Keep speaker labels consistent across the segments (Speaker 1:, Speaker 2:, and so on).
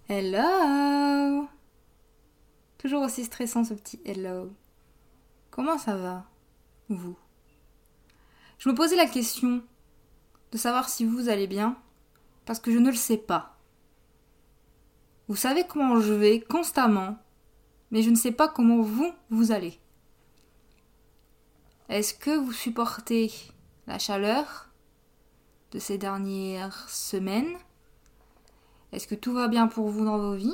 Speaker 1: Hello! Toujours aussi stressant ce petit hello. Comment ça va, vous? Je me posais la question de savoir si vous allez bien, parce que je ne le sais pas. Vous savez comment je vais constamment, mais je ne sais pas comment vous allez. Est-ce que vous supportez la chaleur de ces dernières semaines? Est-ce que tout va bien pour vous dans vos vies?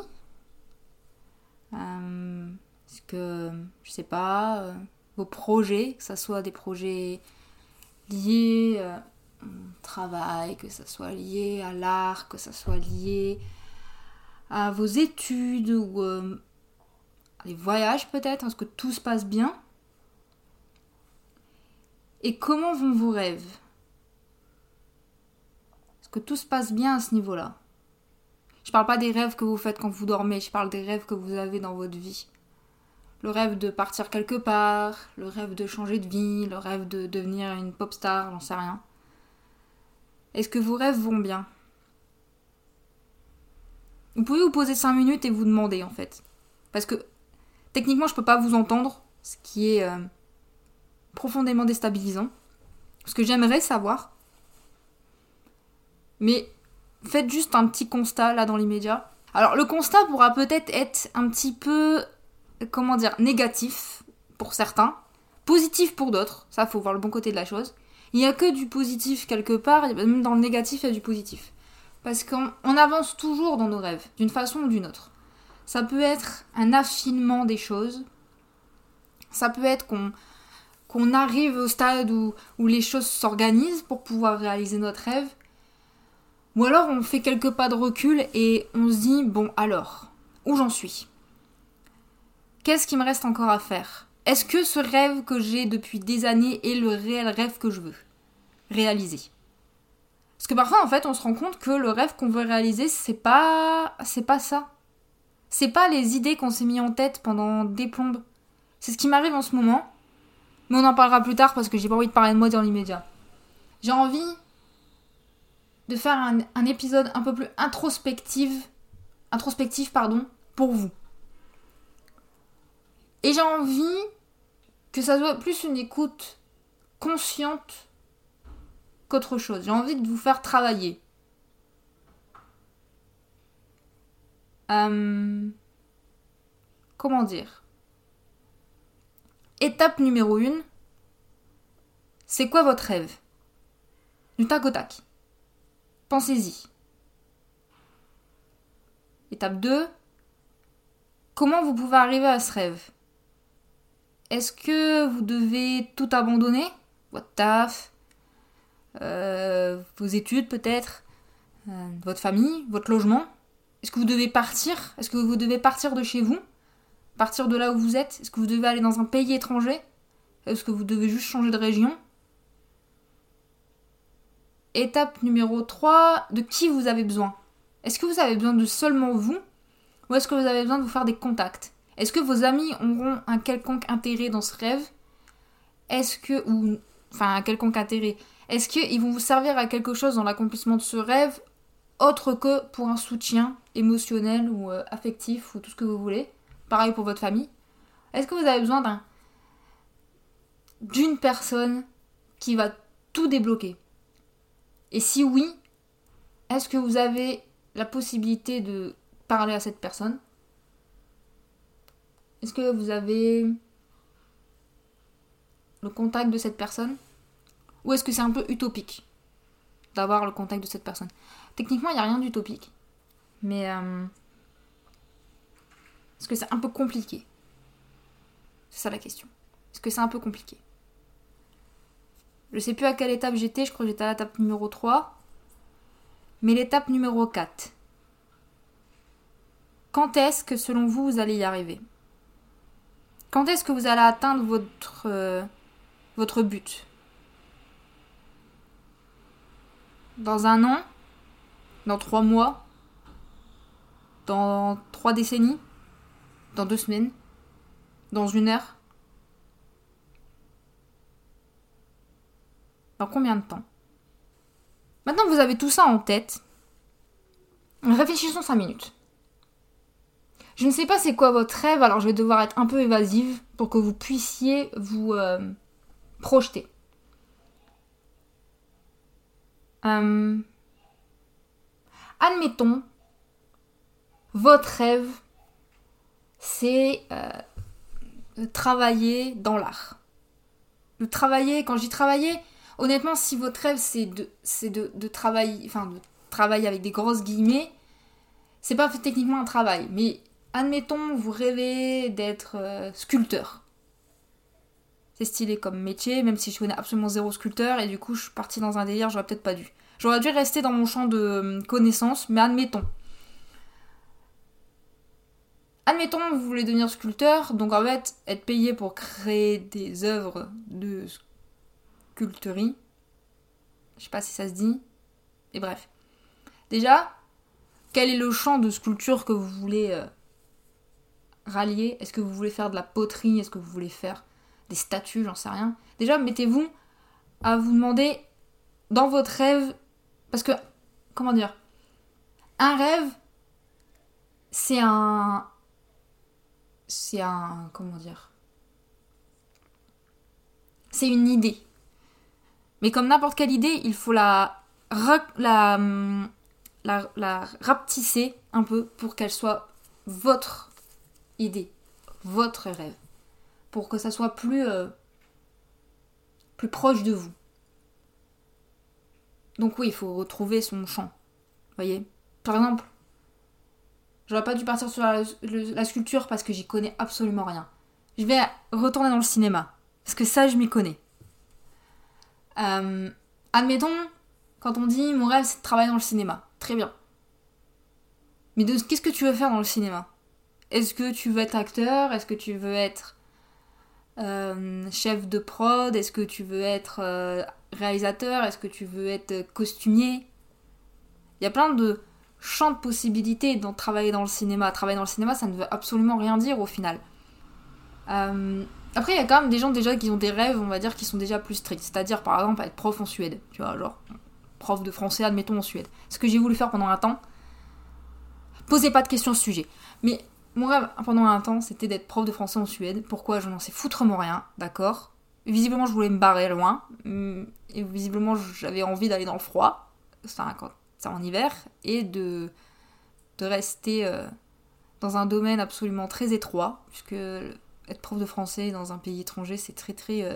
Speaker 1: Est-ce que, je sais pas, vos projets, que ce soit des projets liés au travail, que ce soit lié à l'art, que ce soit lié à vos études ou à des voyages peut-être, est-ce que tout se passe bien? Et comment vont vos rêves? Est-ce que tout se passe bien à ce niveau-là? Je parle pas des rêves que vous faites quand vous dormez, je parle des rêves que vous avez dans votre vie. Le rêve de partir quelque part, le rêve de changer de vie, le rêve de devenir une pop star, j'en sais rien. Est-ce que vos rêves vont bien? Vous pouvez vous poser 5 minutes et vous demander en fait. Parce que techniquement je peux pas vous entendre, ce qui est profondément déstabilisant. Ce que j'aimerais savoir. Mais faites juste un petit constat là dans l'immédiat. Alors le constat pourra peut-être être un petit peu, comment dire, négatif pour certains, positif pour d'autres, ça faut voir le bon côté de la chose. Il n'y a que du positif quelque part, même dans le négatif il y a du positif. Parce qu'on avance toujours dans nos rêves, d'une façon ou d'une autre. Ça peut être un affinement des choses, ça peut être qu'on arrive au stade où les choses s'organisent pour pouvoir réaliser notre rêve, ou alors on fait quelques pas de recul et on se dit, bon alors, où j'en suis? Qu'est-ce qu'il me reste encore à faire? Est-ce que ce rêve que j'ai depuis des années est le réel rêve que je veux réaliser? Parce que parfois, en fait, on se rend compte que le rêve qu'on veut réaliser, c'est pas ça. C'est pas les idées qu'on s'est mis en tête pendant des plombes. C'est ce qui m'arrive en ce moment. Mais on en parlera plus tard parce que j'ai pas envie de parler de moi dans l'immédiat. J'ai envie de faire un épisode un peu plus introspectif, pour vous. Et j'ai envie que ça soit plus une écoute consciente qu'autre chose. J'ai envie de vous faire travailler. Comment dire? Étape numéro 1, c'est quoi votre rêve? Du tac au tac. Pensez-y. Étape 2, comment vous pouvez arriver à ce rêve? Est-ce que vous devez tout abandonner? Votre taf, vos études peut-être, votre famille, votre logement? Est-ce que vous devez partir? Est-ce que vous devez partir de chez vous? Partir de là où vous êtes? Est-ce que vous devez aller dans un pays étranger? Est-ce que vous devez juste changer de région? Étape numéro 3, de qui vous avez besoin? Est-ce que vous avez besoin de seulement vous? Ou est-ce que vous avez besoin de vous faire des contacts? Est-ce que vos amis auront un quelconque intérêt dans ce rêve? Un quelconque intérêt. Est-ce qu'ils vont vous servir à quelque chose dans l'accomplissement de ce rêve, autre que pour un soutien émotionnel ou affectif ou tout ce que vous voulez? Pareil pour votre famille. Est-ce que vous avez besoin d'une personne qui va tout débloquer? Et si oui, est-ce que vous avez la possibilité de parler à cette personne? Est-ce que vous avez le contact de cette personne? Ou est-ce que c'est un peu utopique d'avoir le contact de cette personne? Techniquement, il n'y a rien d'utopique. Mais est-ce que c'est un peu compliqué? C'est ça la question. Est-ce que c'est un peu compliqué? Je sais plus à quelle étape j'étais, je crois que j'étais à l'étape numéro 3. Mais l'étape numéro 4. Quand est-ce que selon vous, vous allez y arriver? Quand est-ce que vous allez atteindre votre but? Dans 1 an? Dans 3 mois? Dans 3 décennies? Dans 2 semaines? Dans 1 heure? Dans combien de temps? Maintenant que vous avez tout ça en tête, réfléchissons 5 minutes. Je ne sais pas c'est quoi votre rêve, alors je vais devoir être un peu évasive pour que vous puissiez vous projeter. Admettons, votre rêve, c'est de travailler dans l'art. De travailler, quand je dis travailler, honnêtement, si votre rêve c'est de travailler, enfin de travailler avec des grosses guillemets, c'est pas techniquement un travail, mais admettons, vous rêvez d'être sculpteur. C'est stylé comme métier, même si je connais absolument zéro sculpteur, et du coup je suis partie dans un délire, j'aurais peut-être pas dû. J'aurais dû rester dans mon champ de connaissances, mais admettons. Admettons, vous voulez devenir sculpteur, donc en fait, être payé pour créer des œuvres de sculpterie. Je sais pas si ça se dit. Et bref. Déjà, quel est le champ de sculpture que vous voulez rallier? Est-ce que vous voulez faire de la poterie? Est-ce que vous voulez faire des statues? J'en sais rien. Déjà, mettez-vous à vous demander dans votre rêve, parce que, comment dire, un rêve, c'est un, comment dire, c'est une idée. Mais comme n'importe quelle idée, il faut la rapetisser un peu pour qu'elle soit votre idée, votre rêve, pour que ça soit plus proche de vous. Donc oui, il faut retrouver son champ. Vous voyez ? Par exemple, j'aurais pas dû partir sur la sculpture parce que j'y connais absolument rien. Je vais retourner dans le cinéma, parce que ça, je m'y connais. Admettons, quand on dit mon rêve c'est de travailler dans le cinéma, très bien. Mais qu'est-ce que tu veux faire dans le cinéma? Est-ce que tu veux être acteur? Est-ce que tu veux être chef de prod? Est-ce que tu veux être réalisateur? Est-ce que tu veux être costumier? Il y a plein de champs de possibilités dans travailler dans le cinéma. Travailler dans le cinéma, ça ne veut absolument rien dire au final. Après, il y a quand même des gens déjà qui ont des rêves, on va dire, qui sont déjà plus stricts. C'est-à-dire, par exemple, être prof en Suède. Tu vois, genre, prof de français, admettons, en Suède. Ce que j'ai voulu faire pendant un temps. Posez pas de questions à ce sujet. Mais mon rêve, pendant un temps, c'était d'être prof de français en Suède. Pourquoi? Je n'en sais foutrement rien, d'accord? Visiblement, je voulais me barrer loin. Et visiblement, j'avais envie d'aller dans le froid. C'est en hiver. Et de rester dans un domaine absolument très étroit. Puisque être prof de français dans un pays étranger, c'est très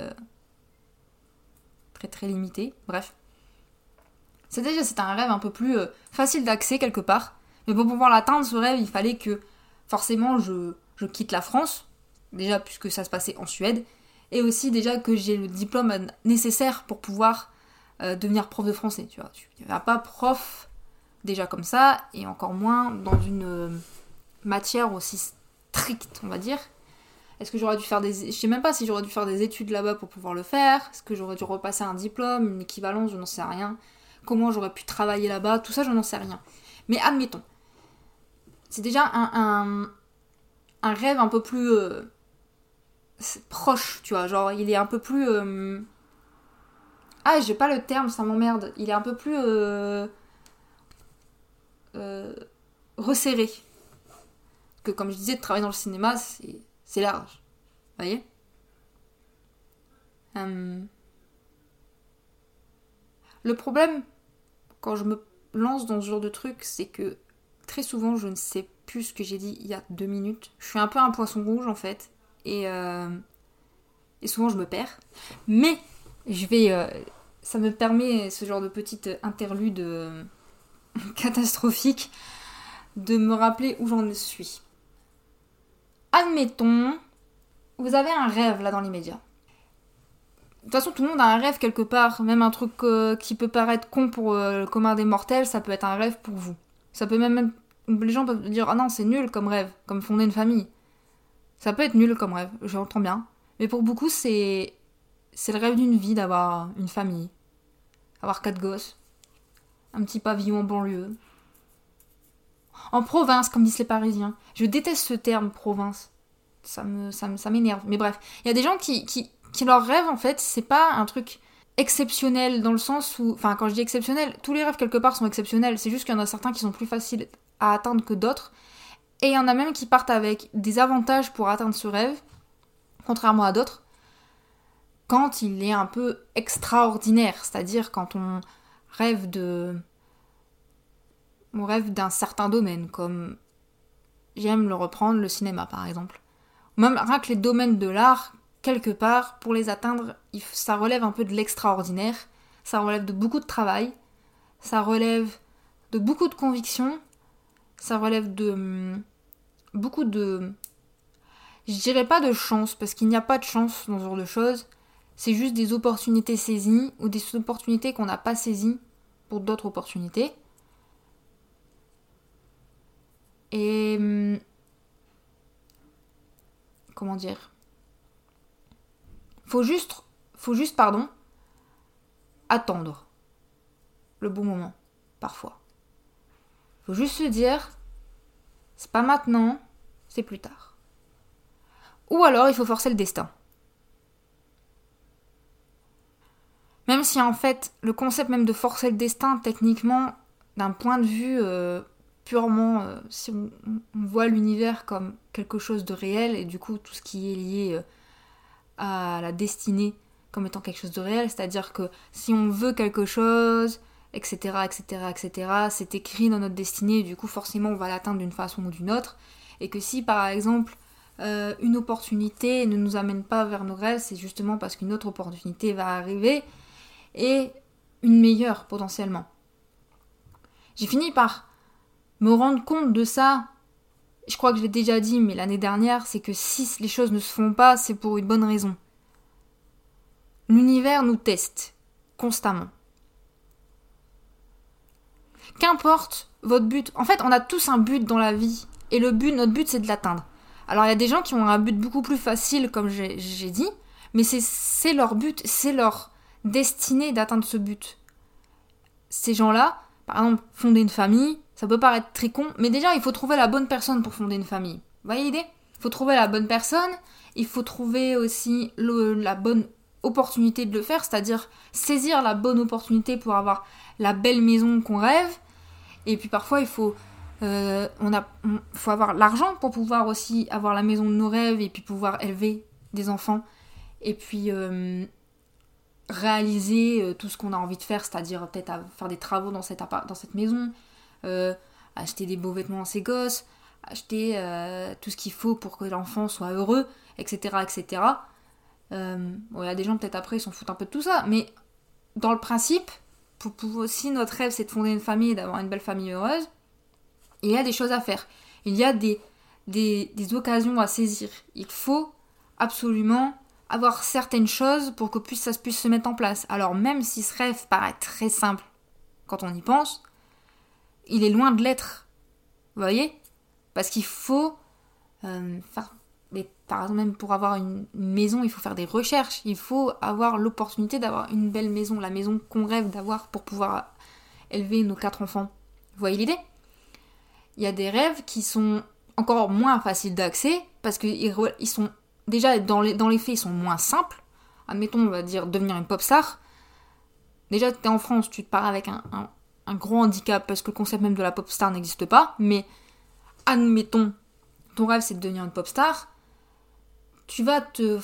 Speaker 1: limité. Bref. C'était un rêve un peu plus facile d'accès quelque part. Mais pour pouvoir l'atteindre, ce rêve, il fallait que forcément je quitte la France. Déjà puisque ça se passait en Suède. Et aussi déjà que j'ai le diplôme nécessaire pour pouvoir devenir prof de français. Tu vois, il n'y a pas prof déjà comme ça. Et encore moins dans une matière aussi stricte, on va dire. Est-ce que j'aurais dû faire je sais même pas si j'aurais dû faire des études là-bas pour pouvoir le faire. Est-ce que j'aurais dû repasser un diplôme, une équivalence, je n'en sais rien. Comment j'aurais pu travailler là-bas, tout ça, je n'en sais rien. Mais admettons. C'est déjà un rêve un peu plus proche, tu vois. Genre, il est un peu plus... Ah, j'ai pas le terme, ça m'emmerde. Il est un peu plus resserré. Que comme je disais, de travailler dans le cinéma, c'est large. Vous voyez? Le problème, quand je me lance dans ce genre de truc, c'est que très souvent, je ne sais plus ce que j'ai dit il y a 2 minutes. Je suis un peu un poisson rouge, en fait. Et souvent, je me perds. Mais, ça me permet, ce genre de petite interlude catastrophique, de me rappeler où j'en suis. Admettons, vous avez un rêve là dans l'immédiat. De toute façon, tout le monde a un rêve quelque part. Même un truc qui peut paraître con pour le commun des mortels, ça peut être un rêve pour vous. Ça peut même... Les gens peuvent dire « Ah non, c'est nul comme rêve, comme fonder une famille. » Ça peut être nul comme rêve, j'entends bien. Mais pour beaucoup, c'est le rêve d'une vie d'avoir une famille. Avoir 4 gosses. Un petit pavillon en banlieue. En province, comme disent les Parisiens. Je déteste ce terme, province. Ça m'énerve. Mais bref, il y a des gens qui leur rêve, en fait, c'est pas un truc exceptionnel dans le sens où... Enfin, quand je dis exceptionnel, tous les rêves, quelque part, sont exceptionnels. C'est juste qu'il y en a certains qui sont plus faciles à atteindre que d'autres. Et il y en a même qui partent avec des avantages pour atteindre ce rêve, contrairement à d'autres, quand il est un peu extraordinaire, c'est-à-dire quand on rêve d'un certain domaine, comme j'aime le reprendre, le cinéma par exemple. Même rien que les domaines de l'art, quelque part, pour les atteindre, ça relève un peu de l'extraordinaire, ça relève de beaucoup de travail, ça relève de beaucoup de conviction, ça relève de beaucoup de... Je dirais pas de chance, parce qu'il n'y a pas de chance dans ce genre de choses, c'est juste des opportunités saisies, ou des opportunités qu'on n'a pas saisies pour d'autres opportunités. Et... comment dire, faut juste, attendre le bon moment, parfois. Faut juste se dire, c'est pas maintenant, c'est plus tard. Ou alors, il faut forcer le destin. Même si en fait, le concept même de forcer le destin, techniquement, d'un point de vue purement, si on voit l'univers comme quelque chose de réel, et du coup tout ce qui est lié à la destinée comme étant quelque chose de réel, c'est-à-dire que si on veut quelque chose, etc., etc., etc., c'est écrit dans notre destinée, et du coup forcément on va l'atteindre d'une façon ou d'une autre, et que si par exemple une opportunité ne nous amène pas vers nos rêves, c'est justement parce qu'une autre opportunité va arriver, et une meilleure potentiellement. J'ai fini par me rendre compte de ça, je crois que je l'ai déjà dit, mais l'année dernière, c'est que si les choses ne se font pas, c'est pour une bonne raison. L'univers nous teste constamment. Qu'importe votre but, en fait on a tous un but dans la vie, et notre but c'est de l'atteindre. Alors il y a des gens qui ont un but beaucoup plus facile, comme j'ai dit, mais c'est leur but, c'est leur destinée d'atteindre ce but. Ces gens-là, par exemple, fonder une famille, ça peut paraître très con, mais déjà il faut trouver la bonne personne pour fonder une famille. Vous voyez l'idée ? Il faut trouver la bonne personne, il faut trouver aussi la bonne opportunité de le faire, c'est-à-dire saisir la bonne opportunité pour avoir la belle maison qu'on rêve. Et puis parfois il faut avoir l'argent pour pouvoir aussi avoir la maison de nos rêves et puis pouvoir élever des enfants. Et puis réaliser tout ce qu'on a envie de faire, c'est-à-dire peut-être faire des travaux dans cette maison, acheter des beaux vêtements à ses gosses, acheter tout ce qu'il faut pour que l'enfant soit heureux, etc. etc. Bon, il y a des gens peut-être après ils s'en foutent un peu de tout ça, mais dans le principe, si notre rêve c'est de fonder une famille et d'avoir une belle famille heureuse, il y a des choses à faire. Il y a des occasions à saisir. Il faut absolument avoir certaines choses pour que ça puisse se mettre en place. Alors même si ce rêve paraît très simple quand on y pense, il est loin de l'être. Vous voyez ? Parce qu'il faut faire... par exemple, même pour avoir une maison, il faut faire des recherches. Il faut avoir l'opportunité d'avoir une belle maison, la maison qu'on rêve d'avoir pour pouvoir élever nos 4 enfants. Vous voyez l'idée ? Il y a des rêves qui sont encore moins faciles d'accès parce qu'ils sont déjà dans les faits, ils sont moins simples. Admettons, on va dire devenir une pop star. Déjà, t'es en France, tu te pars avec un gros handicap parce que le concept même de la pop star n'existe pas. Mais admettons, ton rêve c'est de devenir une pop star. Tu vas te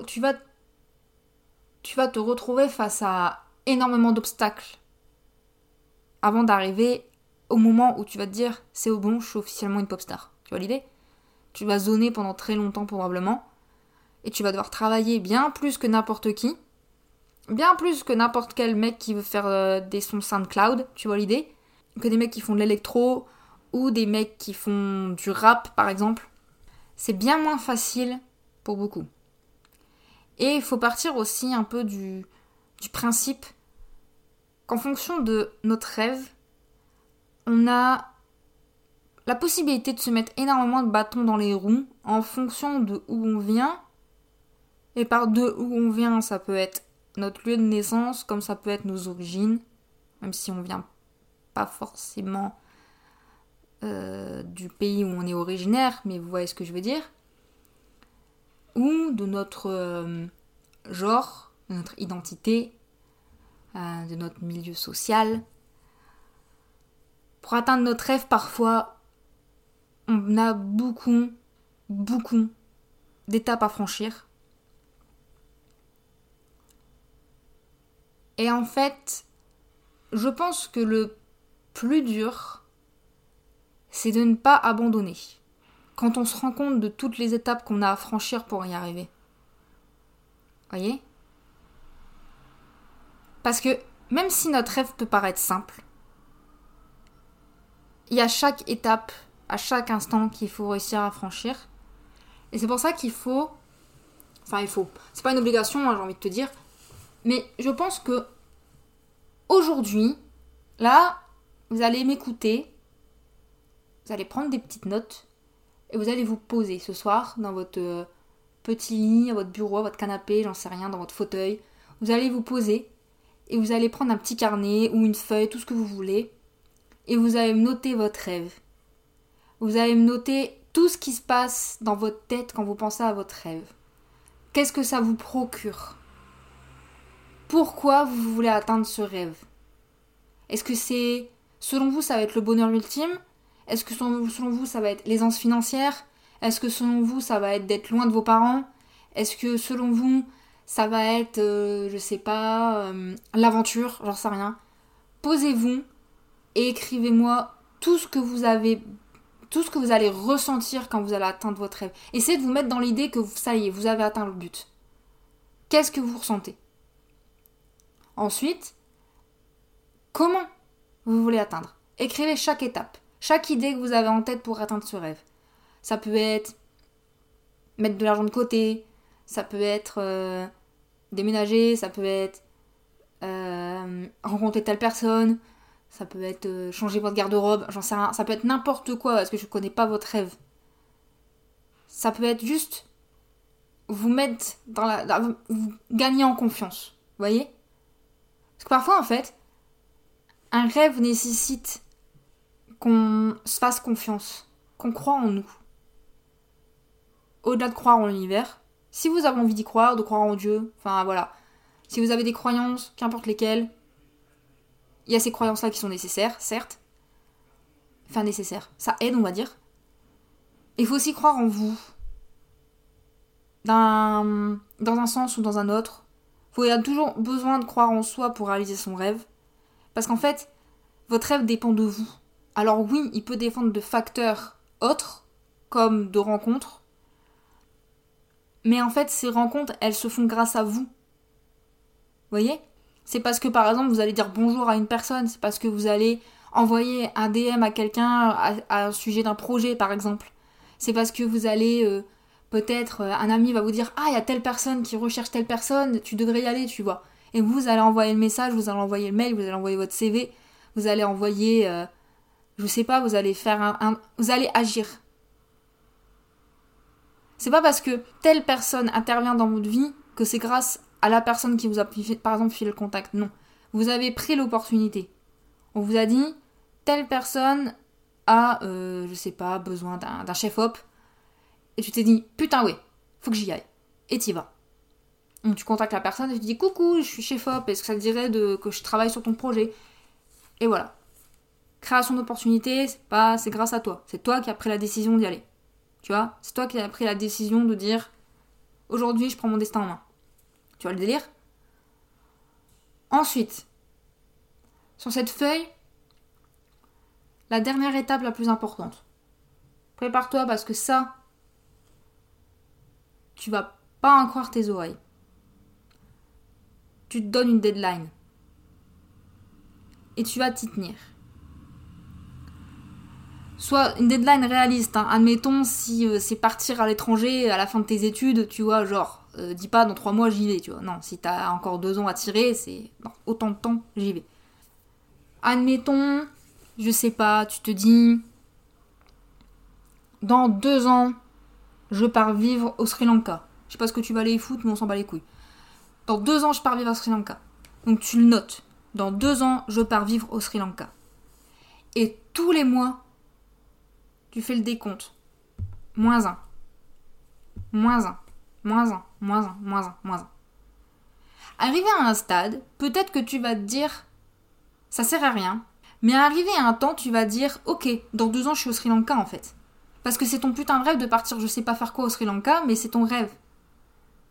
Speaker 1: retrouver face à énormément d'obstacles avant d'arriver au moment où tu vas te dire c'est bon, je suis officiellement une pop star. Tu vois l'idée ? Tu vas zoner pendant très longtemps probablement et tu vas devoir travailler bien plus que n'importe qui, bien plus que n'importe quel mec qui veut faire des sons SoundCloud, tu vois l'idée ? Que des mecs qui font de l'électro ou des mecs qui font du rap par exemple. C'est bien moins facile pour beaucoup. Et il faut partir aussi un peu du principe qu'en fonction de notre rêve, on a la possibilité de se mettre énormément de bâtons dans les roues en fonction de où on vient. Et par de où on vient, ça peut être notre lieu de naissance, comme ça peut être nos origines, même si on vient pas forcément du pays où on est originaire, mais vous voyez ce que je veux dire. Ou de notre genre, de notre identité, de notre milieu social. Pour atteindre notre rêve, parfois, on On a beaucoup, beaucoup d'étapes à franchir. Et en fait, je pense que le plus dur, c'est de ne pas abandonner. Quand on se rend compte de toutes les étapes qu'on a à franchir pour y arriver. Voyez ? Parce que même si notre rêve peut paraître simple, il y a chaque étape, à chaque instant qu'il faut réussir à franchir. Et c'est pour ça qu'il faut... Enfin, il faut. C'est pas une obligation, hein, j'ai envie de te dire. Mais je pense que aujourd'hui, là, vous allez m'écouter. Vous allez prendre des petites notes. Et vous allez vous poser ce soir dans votre petit lit, à votre bureau, à votre canapé, j'en sais rien, dans votre fauteuil. Vous allez vous poser. Et vous allez prendre un petit carnet ou une feuille, tout ce que vous voulez. Et vous allez me noter votre rêve. Vous allez me noter tout ce qui se passe dans votre tête quand vous pensez à votre rêve. Qu'est-ce que ça vous procure ? Pourquoi vous voulez atteindre ce rêve ? Est-ce que c'est, selon vous, ça va être le bonheur ultime ? Est-ce que selon vous, ça va être l'aisance financière ? Est-ce que selon vous, ça va être d'être loin de vos parents ? Est-ce que selon vous, ça va être, je sais pas, l'aventure ? J'en sais rien. Posez-vous et écrivez-moi tout ce que vous allez ressentir quand vous allez atteindre votre rêve. Essayez de vous mettre dans l'idée que ça y est, vous avez atteint le but. Qu'est-ce que vous ressentez ? Ensuite, comment vous voulez atteindre ? Écrivez chaque étape, chaque idée que vous avez en tête pour atteindre ce rêve. Ça peut être mettre de l'argent de côté, ça peut être déménager, ça peut être rencontrer telle personne, ça peut être changer votre garde-robe, j'en sais rien, ça peut être n'importe quoi parce que je connais pas votre rêve. Ça peut être juste vous mettre vous gagner en confiance, vous voyez ? Parce que parfois en fait, un rêve nécessite qu'on se fasse confiance, qu'on croit en nous. Au-delà de croire en l'univers, si vous avez envie d'y croire, de croire en Dieu, enfin voilà, si vous avez des croyances, qu'importe lesquelles, il y a ces croyances-là qui sont nécessaires, certes. Enfin, nécessaires. Ça aide, on va dire. Il faut aussi croire en vous. Dans un sens ou dans un autre. Il y a toujours besoin de croire en soi pour réaliser son rêve. Parce qu'en fait, votre rêve dépend de vous. Alors oui, il peut dépendre de facteurs autres, comme de rencontres. Mais en fait, ces rencontres, elles se font grâce à vous. Vous voyez ? C'est parce que, par exemple, vous allez dire bonjour à une personne. C'est parce que vous allez envoyer un DM à quelqu'un à un sujet d'un projet, par exemple. C'est parce que vous allez... peut-être, un ami va vous dire « Ah, il y a telle personne qui recherche telle personne, tu devrais y aller, tu vois. » Et vous allez envoyer le message, vous allez envoyer le mail, vous allez envoyer votre CV, vous allez envoyer... je sais pas, vous allez faire vous allez agir. C'est pas parce que telle personne intervient dans votre vie que c'est grâce à la personne qui vous a, par exemple, filé le contact. Non. Vous avez pris l'opportunité. On vous a dit, telle personne a, je sais pas, besoin d'un chef-op. Et tu t'es dit, putain ouais, faut que j'y aille. Et t'y vas. Donc tu contactes la personne et tu dis, coucou, je suis chef-op, est-ce que ça te dirait que je travaille sur ton projet ? Et voilà. Création d'opportunité, c'est grâce à toi. C'est toi qui as pris la décision d'y aller. Tu vois ? C'est toi qui as pris la décision de dire, aujourd'hui je prends mon destin en main. Tu vois le délire ? Ensuite, sur cette feuille, la dernière étape la plus importante. Prépare-toi parce que ça, tu vas pas en croire tes oreilles. Tu te donnes une deadline. Et tu vas t'y tenir. Soit une deadline réaliste, hein. Admettons si c'est partir à l'étranger à la fin de tes études, tu vois, genre, dis pas dans 3 mois j'y vais, tu vois. Non, si t'as encore 2 ans à tirer, c'est dans autant de temps j'y vais. Admettons, je sais pas, tu te dis, dans 2 ans, je pars vivre au Sri Lanka. Je sais pas ce que tu vas aller y foutre, mais on s'en bat les couilles. Dans 2 ans, je pars vivre au Sri Lanka. Donc tu le notes. Dans 2 ans, je pars vivre au Sri Lanka. Et tous les mois, tu fais le décompte. -1. -1. -1. -1. Arrivé à un stade, peut-être que tu vas te dire, ça sert à rien. Mais arrivé à un temps, tu vas dire, ok, dans 2 ans, je suis au Sri Lanka en fait. Parce que c'est ton putain de rêve de partir je sais pas faire quoi au Sri Lanka, mais c'est ton rêve. D'accord ?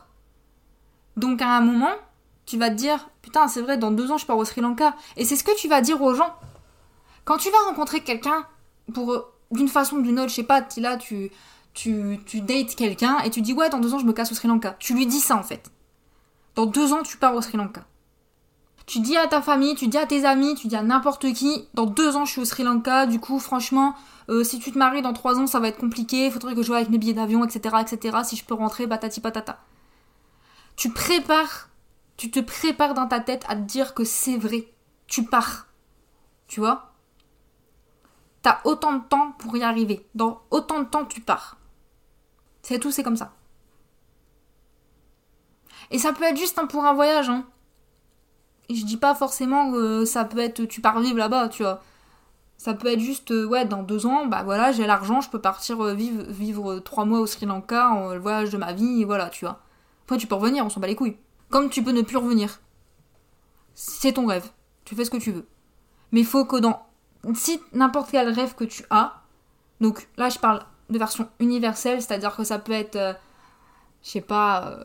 Speaker 1: Donc à un moment, tu vas te dire, putain c'est vrai, dans 2 ans je pars au Sri Lanka. Et c'est ce que tu vas dire aux gens. Quand tu vas rencontrer quelqu'un, d'une façon ou d'une autre, je sais pas, là tu dates quelqu'un et tu dis ouais dans 2 ans je me casse au Sri Lanka. Tu lui dis ça en fait. Dans 2 ans tu pars au Sri Lanka. Tu dis à ta famille, tu dis à tes amis, tu dis à n'importe qui, dans 2 ans je suis au Sri Lanka, du coup franchement, si tu te maries dans 3 ans ça va être compliqué, faudrait que je vois avec mes billets d'avion, etc., etc., si je peux rentrer, patati patata. Tu te prépares dans ta tête à te dire que c'est vrai. Tu pars. Tu vois ? T'as autant de temps pour y arriver. Dans autant de temps tu pars. C'est tout, c'est comme ça. Et ça peut être juste pour un voyage, hein. Et je dis pas forcément que ça peut être tu pars vivre là-bas, tu vois. Ça peut être juste, ouais, dans 2 ans, bah voilà, j'ai l'argent, je peux partir vivre 3 mois au Sri Lanka, le voyage de ma vie, et voilà, tu vois. Après, tu peux revenir, on s'en bat les couilles. Comme tu peux ne plus revenir. C'est ton rêve. Tu fais ce que tu veux. Mais il faut que si n'importe quel rêve que tu as, donc là, je parle de version universelle, c'est-à-dire que ça peut être, je sais pas...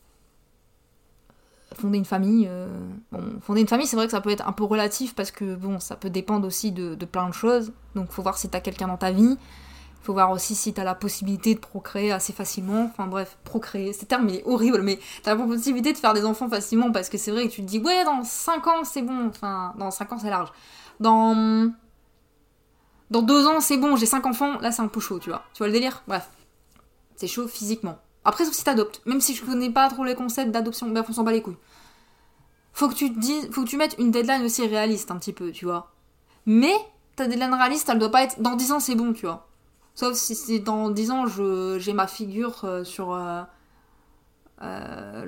Speaker 1: fonder une famille, fonder une famille c'est vrai que ça peut être un peu relatif parce que bon ça peut dépendre aussi de plein de choses, donc faut voir si t'as quelqu'un dans ta vie, faut voir aussi si t'as la possibilité de procréer assez facilement, enfin bref, procréer, ce terme il est horrible, mais t'as la possibilité de faire des enfants facilement parce que c'est vrai que tu te dis ouais dans 5 ans c'est bon, enfin dans 5 ans c'est large, dans 2 ans c'est bon, j'ai 5 enfants, là c'est un peu chaud tu vois le délire, bref, c'est chaud physiquement. Après, sauf si t'adoptes. Même si je connais pas trop les concepts d'adoption, bref, on s'en bat les couilles. Faut que tu mettes une deadline aussi réaliste, un petit peu, tu vois. Mais, ta deadline réaliste, elle doit pas être dans 10 ans, c'est bon, tu vois. Sauf si c'est dans 10 ans, j'ai ma figure sur la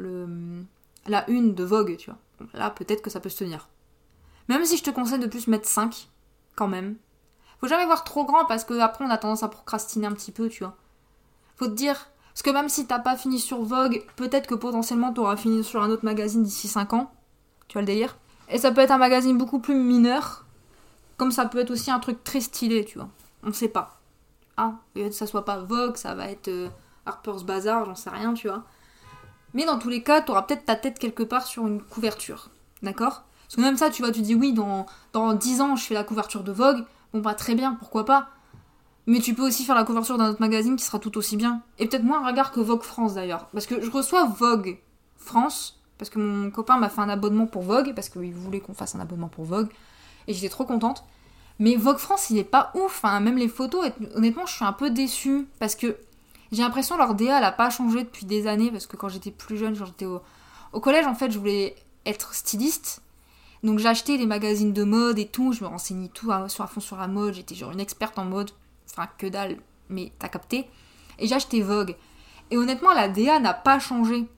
Speaker 1: une de Vogue, tu vois. Donc là, peut-être que ça peut se tenir. Même si je te conseille de plus mettre 5, quand même. Faut jamais voir trop grand parce que après on a tendance à procrastiner un petit peu, tu vois. Faut te dire... Parce que même si t'as pas fini sur Vogue, peut-être que potentiellement t'auras fini sur un autre magazine d'ici 5 ans. Tu vois le délire ? Et ça peut être un magazine beaucoup plus mineur. Comme ça peut être aussi un truc très stylé, tu vois. On sait pas. Ah, que ça soit pas Vogue, ça va être Harper's Bazaar, j'en sais rien, tu vois. Mais dans tous les cas, t'auras peut-être ta tête quelque part sur une couverture. D'accord ? Parce que même ça, tu vois, tu dis oui, dans 10 ans, je fais la couverture de Vogue. Bon bah très bien, pourquoi pas ? Mais tu peux aussi faire la couverture d'un autre magazine qui sera tout aussi bien. Et peut-être moins regard que Vogue France d'ailleurs. Parce que je reçois Vogue France, parce que mon copain m'a fait un abonnement pour Vogue, parce qu'il voulait qu'on fasse un abonnement pour Vogue. Et j'étais trop contente. Mais Vogue France, il est pas ouf. Hein. Même les photos, honnêtement, je suis un peu déçue. Parce que j'ai l'impression que leur DA, elle a pas changé depuis des années. Parce que quand j'étais plus jeune, genre j'étais au collège, en fait, je voulais être styliste. Donc j'ai acheté les magazines de mode et tout. Je me renseignais tout à fond sur la mode. J'étais genre une experte en mode. Enfin, que dalle, mais t'as capté. Et j'ai acheté Vogue. Et honnêtement, la DA n'a pas changé.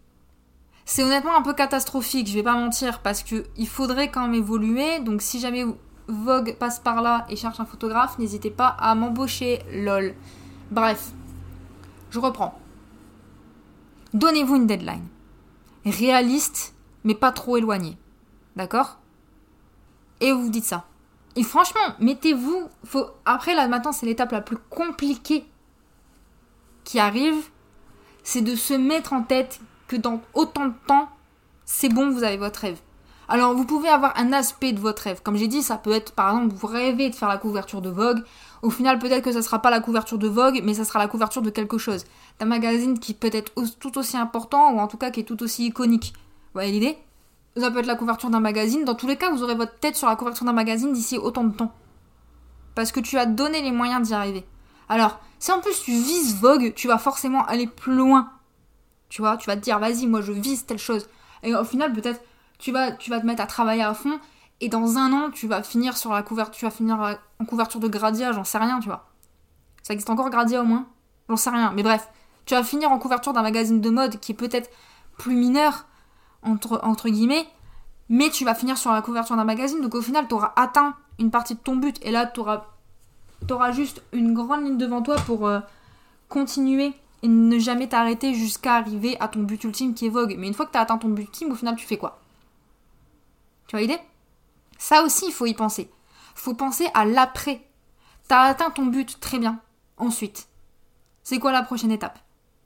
Speaker 1: C'est honnêtement un peu catastrophique, je vais pas mentir, parce que il faudrait quand même évoluer. Donc si jamais Vogue passe par là et cherche un photographe, n'hésitez pas à m'embaucher, lol. Bref, je reprends. Donnez-vous une deadline. Réaliste, mais pas trop éloignée. D'accord ? Et vous dites ça. Et franchement, mettez-vous... Après, là, maintenant, c'est l'étape la plus compliquée qui arrive. C'est de se mettre en tête que dans autant de temps, c'est bon, vous avez votre rêve. Alors, vous pouvez avoir un aspect de votre rêve. Comme j'ai dit, ça peut être, par exemple, vous rêvez de faire la couverture de Vogue. Au final, peut-être que ça sera pas la couverture de Vogue, mais ça sera la couverture de quelque chose. D'un magazine qui peut être tout aussi important, ou en tout cas qui est tout aussi iconique. Vous voyez l'idée ? Ça peut être la couverture d'un magazine. Dans tous les cas, vous aurez votre tête sur la couverture d'un magazine d'ici autant de temps. Parce que tu as donné les moyens d'y arriver. Alors, si en plus tu vises Vogue, tu vas forcément aller plus loin. Tu vois, tu vas te dire, vas-y, moi je vise telle chose. Et au final, peut-être, tu vas te mettre à travailler à fond. Et dans 1 an, tu vas finir sur la couverture, tu vas finir en couverture de Gradia, j'en sais rien, tu vois. Ça existe encore Gradia au moins ? J'en sais rien. Mais bref, tu vas finir en couverture d'un magazine de mode qui est peut-être plus mineur, entre guillemets, mais tu vas finir sur la couverture d'un magazine, donc au final, tu auras atteint une partie de ton but, et là, tu auras juste une grande ligne devant toi pour continuer et ne jamais t'arrêter jusqu'à arriver à ton but ultime qui est Vogue. Mais une fois que tu as atteint ton but ultime, au final, tu fais quoi ? Tu vois l'idée ? Ça aussi, il faut y penser. Il faut penser à l'après. T'as atteint ton but, très bien. Ensuite, c'est quoi la prochaine étape?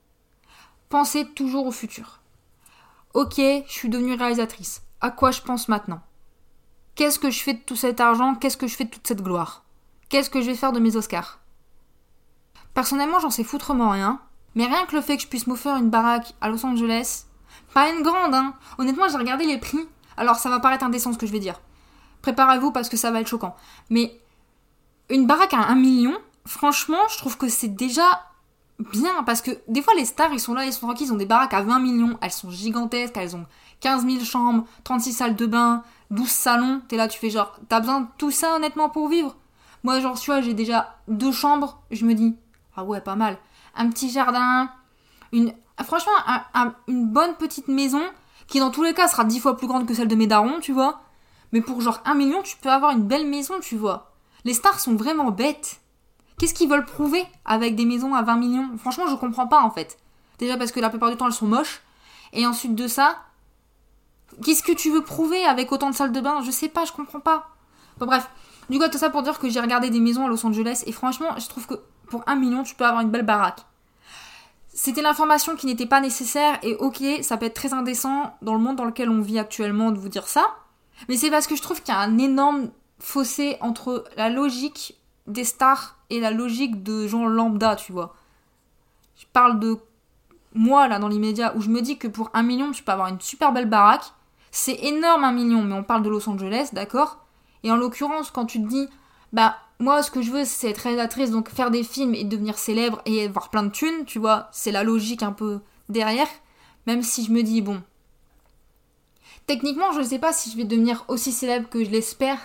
Speaker 1: Pensez toujours au futur. Ok, je suis devenue réalisatrice. À quoi je pense maintenant? Qu'est-ce que je fais de tout cet argent? Qu'est-ce que je fais de toute cette gloire? Qu'est-ce que je vais faire de mes Oscars? Personnellement, j'en sais foutrement rien. Mais rien que le fait que je puisse m'offrir une baraque à Los Angeles, pas une grande, hein. Honnêtement, j'ai regardé les prix. Alors, ça va paraître indécent ce que je vais dire. Préparez-vous parce que ça va être choquant. Mais une baraque à 1 million, franchement, je trouve que c'est déjà bien. Parce que des fois, les stars, ils sont là, ils sont tranquilles, ils ont des baraques à 20 millions. Elles sont gigantesques, elles ont 15 000 chambres, 36 salles de bain, 12 salons. T'es là, tu fais genre, t'as besoin de tout ça honnêtement pour vivre? Moi, genre, tu vois, j'ai déjà 2 chambres. Je me dis, ah ouais, pas mal. Un petit jardin, franchement, une bonne petite maison qui dans tous les cas sera 10 fois plus grande que celle de mes darons, tu vois. Mais pour genre 1 million, tu peux avoir une belle maison, tu vois. Les stars sont vraiment bêtes. Qu'est-ce qu'ils veulent prouver avec des maisons à 20 millions? Franchement, je comprends pas en fait. Déjà parce que la plupart du temps, elles sont moches. Et ensuite de ça, qu'est-ce que tu veux prouver avec autant de salles de bain? Je sais pas, je comprends pas. Bon bref, du coup, tout ça pour dire que j'ai regardé des maisons à Los Angeles et franchement, je trouve que pour 1 million, tu peux avoir une belle baraque. C'était l'information qui n'était pas nécessaire et ok, ça peut être très indécent dans le monde dans lequel on vit actuellement de vous dire ça, mais c'est parce que je trouve qu'il y a un énorme fossé entre la logique des stars et la logique de gens lambda, tu vois. Je parle de moi là dans l'immédiat où je me dis que pour 1 million, tu peux avoir une super belle baraque. C'est énorme 1 million, mais on parle de Los Angeles, d'accord? Et en l'occurrence, quand tu te dis, bah moi ce que je veux c'est être réalisatrice, donc faire des films et devenir célèbre et avoir plein de thunes, tu vois, c'est la logique un peu derrière, même si je me dis bon, techniquement je sais pas si je vais devenir aussi célèbre que je l'espère,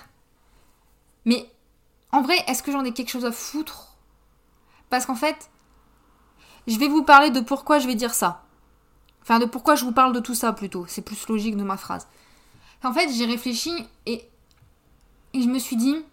Speaker 1: mais en vrai est-ce que j'en ai quelque chose à foutre? Parce qu'en fait, je vais vous parler de pourquoi je vais dire ça, enfin de pourquoi je vous parle de tout ça plutôt, c'est plus logique de ma phrase. En fait j'ai réfléchi et je me suis dit,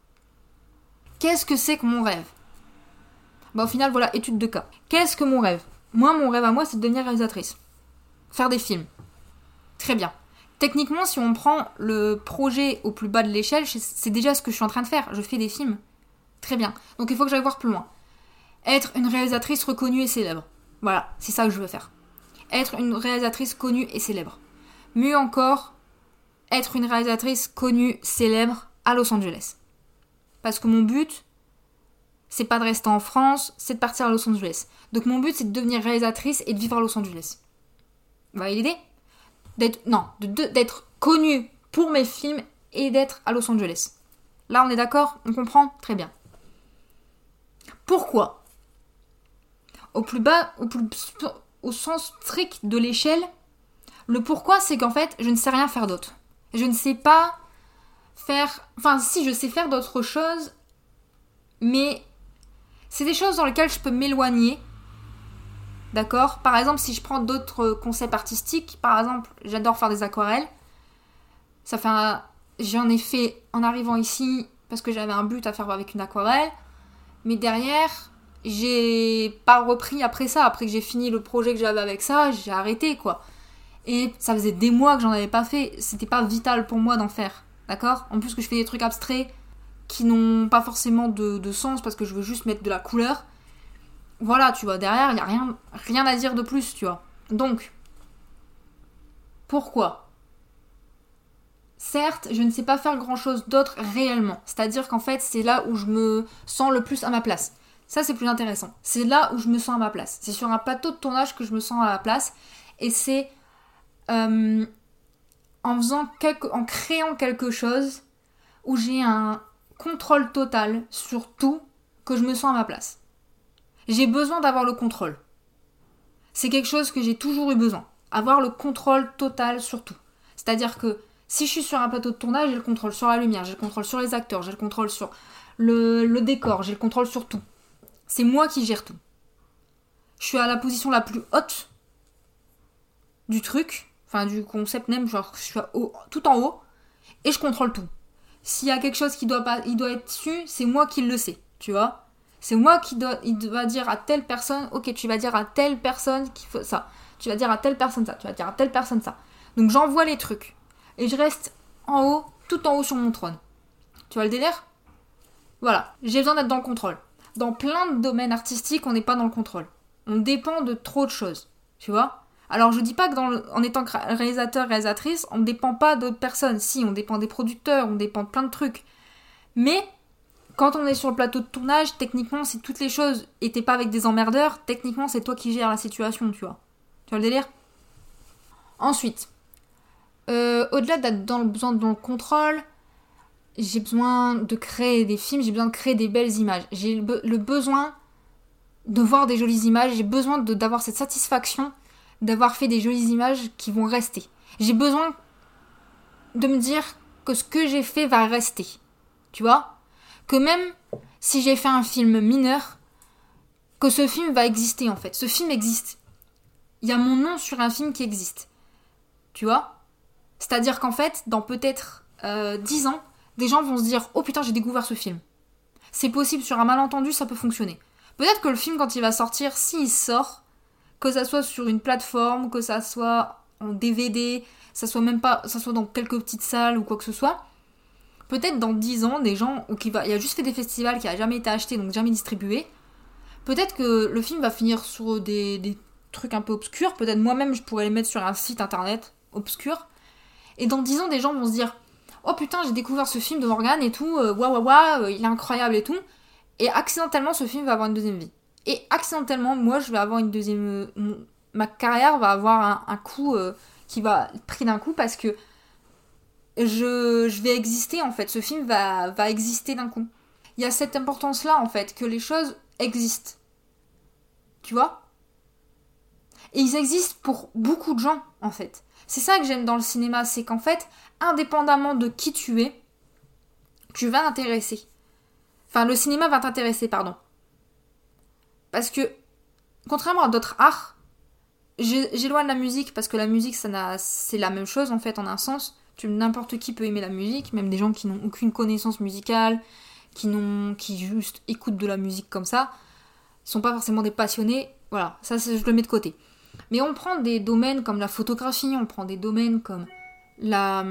Speaker 1: qu'est-ce que c'est que mon rêve? Bah au final, voilà, étude de cas. Qu'est-ce que mon rêve? Moi, mon rêve à moi, c'est de devenir réalisatrice. Faire des films. Très bien. Techniquement, si on prend le projet au plus bas de l'échelle, c'est déjà ce que je suis en train de faire. Je fais des films. Très bien. Donc il faut que j'aille voir plus loin. Être une réalisatrice reconnue et célèbre. Voilà, c'est ça que je veux faire. Être une réalisatrice connue et célèbre. Mieux encore, être une réalisatrice connue, célèbre à Los Angeles. Parce que mon but, c'est pas de rester en France, c'est de partir à Los Angeles. Donc mon but, c'est de devenir réalisatrice et de vivre à Los Angeles. Vous voyez l'idée? D'être connue pour mes films et d'être à Los Angeles. Là, on est d'accord? On comprend? Très bien. Pourquoi? Au plus bas, au sens strict de l'échelle, le pourquoi, c'est qu'en fait, je ne sais rien faire d'autre. Je ne sais pas faire... Enfin, si, je sais faire d'autres choses, mais c'est des choses dans lesquelles je peux m'éloigner. D'accord? Par exemple, si je prends d'autres concepts artistiques, par exemple, j'adore faire des aquarelles. J'en ai fait en arrivant ici parce que j'avais un but à faire avec une aquarelle. Mais derrière, j'ai pas repris après ça. Après que j'ai fini le projet que j'avais avec ça, j'ai arrêté, quoi. Et ça faisait des mois que j'en avais pas fait. C'était pas vital pour moi d'en faire. D'accord? En plus que je fais des trucs abstraits qui n'ont pas forcément de sens parce que je veux juste mettre de la couleur. Voilà, tu vois, derrière, il n'y a rien à dire de plus, tu vois. Donc, pourquoi? Certes, je ne sais pas faire grand-chose d'autre réellement. C'est-à-dire qu'en fait, c'est là où je me sens le plus à ma place. Ça, c'est plus intéressant. C'est là où je me sens à ma place. C'est sur un plateau de tournage que je me sens à ma place. Et c'est en créant quelque chose où j'ai un contrôle total sur tout que je me sens à ma place. J'ai besoin d'avoir le contrôle. C'est quelque chose que j'ai toujours eu besoin. Avoir le contrôle total sur tout. C'est-à-dire que si je suis sur un plateau de tournage, j'ai le contrôle sur la lumière, j'ai le contrôle sur les acteurs, j'ai le contrôle sur le décor, j'ai le contrôle sur tout. C'est moi qui gère tout. Je suis à la position la plus haute du truc, enfin du concept même, genre je suis tout en haut, et je contrôle tout. S'il y a quelque chose qui doit être su, c'est moi qui le sais, tu vois. C'est moi il doit dire à telle personne, ok, tu vas dire à telle personne qu'il faut ça. Tu vas dire à telle personne ça, tu vas dire à telle personne ça. Donc j'envoie les trucs. Et je reste en haut, tout en haut sur mon trône. Tu vois le délire? Voilà, j'ai besoin d'être dans le contrôle. Dans plein de domaines artistiques, on n'est pas dans le contrôle. On dépend de trop de choses, tu vois. Alors je dis pas que en étant réalisateur, réalisatrice, on ne dépend pas d'autres personnes. Si, on dépend des producteurs, on dépend de plein de trucs. Mais quand on est sur le plateau de tournage, techniquement, si toutes les choses étaient pas avec des emmerdeurs, techniquement, c'est toi qui gères la situation, tu vois. Tu vois le délire ? Ensuite, au-delà d'être dans le besoin de contrôle, j'ai besoin de créer des films, j'ai besoin de créer des belles images. J'ai le besoin de voir des jolies images, j'ai besoin d'avoir cette satisfaction d'avoir fait des jolies images qui vont rester. J'ai besoin de me dire que ce que j'ai fait va rester. Tu vois ? Que même si j'ai fait un film mineur, que ce film va exister en fait. Ce film existe. Il y a mon nom sur un film qui existe. Tu vois ? C'est-à-dire qu'en fait, dans peut-être 10 ans, des gens vont se dire « Oh putain, j'ai découvert ce film ». C'est possible, sur un malentendu, ça peut fonctionner. Peut-être que le film, quand il va sortir, s'il sort, que ça soit sur une plateforme, que ça soit en DVD, ça soit même pas, ça soit dans quelques petites salles ou quoi que ce soit, peut-être dans 10 ans, des gens, il a juste fait des festivals qui a jamais été acheté, donc jamais distribué, peut-être que le film va finir sur des trucs un peu obscurs, peut-être moi-même je pourrais les mettre sur un site internet obscur, et dans 10 ans, des gens vont se dire « Oh putain, j'ai découvert ce film de Morgane et tout, waouh, il est incroyable et tout », et accidentellement, ce film va avoir une deuxième vie. Et accidentellement, moi, je vais avoir une deuxième... ma carrière va avoir un coup qui va être pris d'un coup parce que je vais exister, en fait. Ce film va exister d'un coup. Il y a cette importance-là, en fait, que les choses existent. Tu vois ? Et ils existent pour beaucoup de gens, en fait. C'est ça que j'aime dans le cinéma, c'est qu'en fait, indépendamment de qui tu es, tu vas intéresser. Enfin, le cinéma va t'intéresser, pardon. Parce que, contrairement à d'autres arts, j'éloigne la musique parce que la musique, c'est la même chose en fait, en un sens. N'importe qui peut aimer la musique, même des gens qui n'ont aucune connaissance musicale, qui juste écoutent de la musique comme ça. Ils sont pas forcément des passionnés. Voilà, ça je le mets de côté. Mais on prend des domaines comme la photographie, on prend des domaines comme la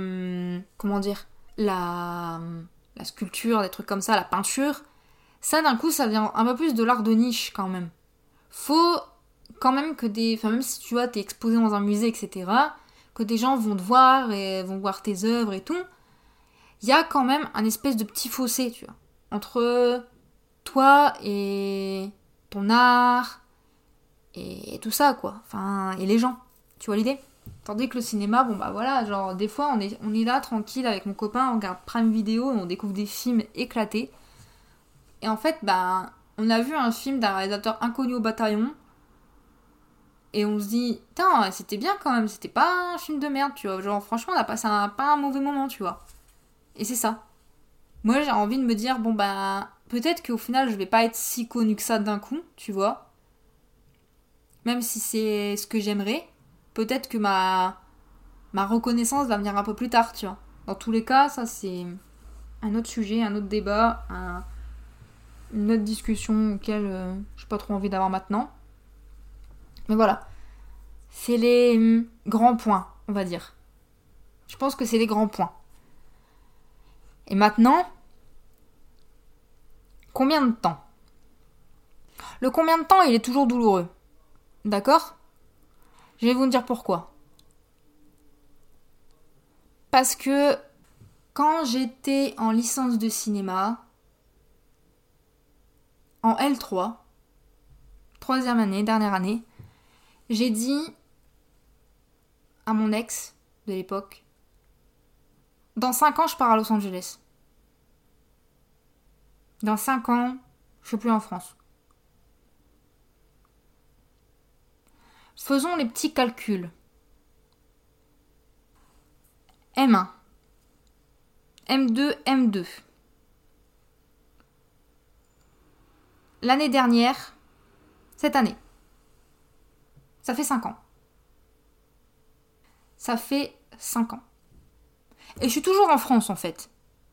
Speaker 1: sculpture, des trucs comme ça, la peinture. Ça, d'un coup, ça vient un peu plus de l'art de niche, quand même. Faut quand même que même si tu vois, t'es exposé dans un musée, etc., que des gens vont te voir et vont voir tes œuvres et tout, il y a quand même un espèce de petit fossé, tu vois, entre toi et ton art et tout ça, quoi. Enfin, et les gens. Tu vois l'idée ? Tandis que le cinéma, bon bah voilà, genre des fois on est là tranquille avec mon copain, on regarde Prime Video et on découvre des films éclatés. Et en fait, bah, on a vu un film d'un réalisateur inconnu au bataillon. Et on se dit, putain, c'était bien quand même, c'était pas un film de merde, tu vois. Genre, franchement, on a passé pas un mauvais moment, tu vois. Et c'est ça. Moi, j'ai envie de me dire, bon, bah, peut-être qu'au final, je vais pas être si connu que ça d'un coup, tu vois. Même si c'est ce que j'aimerais. Peut-être que ma reconnaissance va venir un peu plus tard, tu vois. Dans tous les cas, ça, c'est un autre sujet, un autre débat, une autre discussion auquel j'ai pas trop envie d'avoir maintenant. Mais voilà. C'est les grands points, on va dire. Je pense que c'est les grands points. Et maintenant, combien de temps ? Le combien de temps, il est toujours douloureux. D'accord ? Je vais vous dire pourquoi. Parce que quand j'étais en licence de cinéma, en L3, troisième année, dernière année, j'ai dit à mon ex de l'époque, dans 5 ans, je pars à Los Angeles. Dans 5 ans, je suis plus en France. Faisons les petits calculs. M1, M2, M2. L'année dernière, cette année, ça fait 5 ans. Ça fait 5 ans. Et je suis toujours en France, en fait.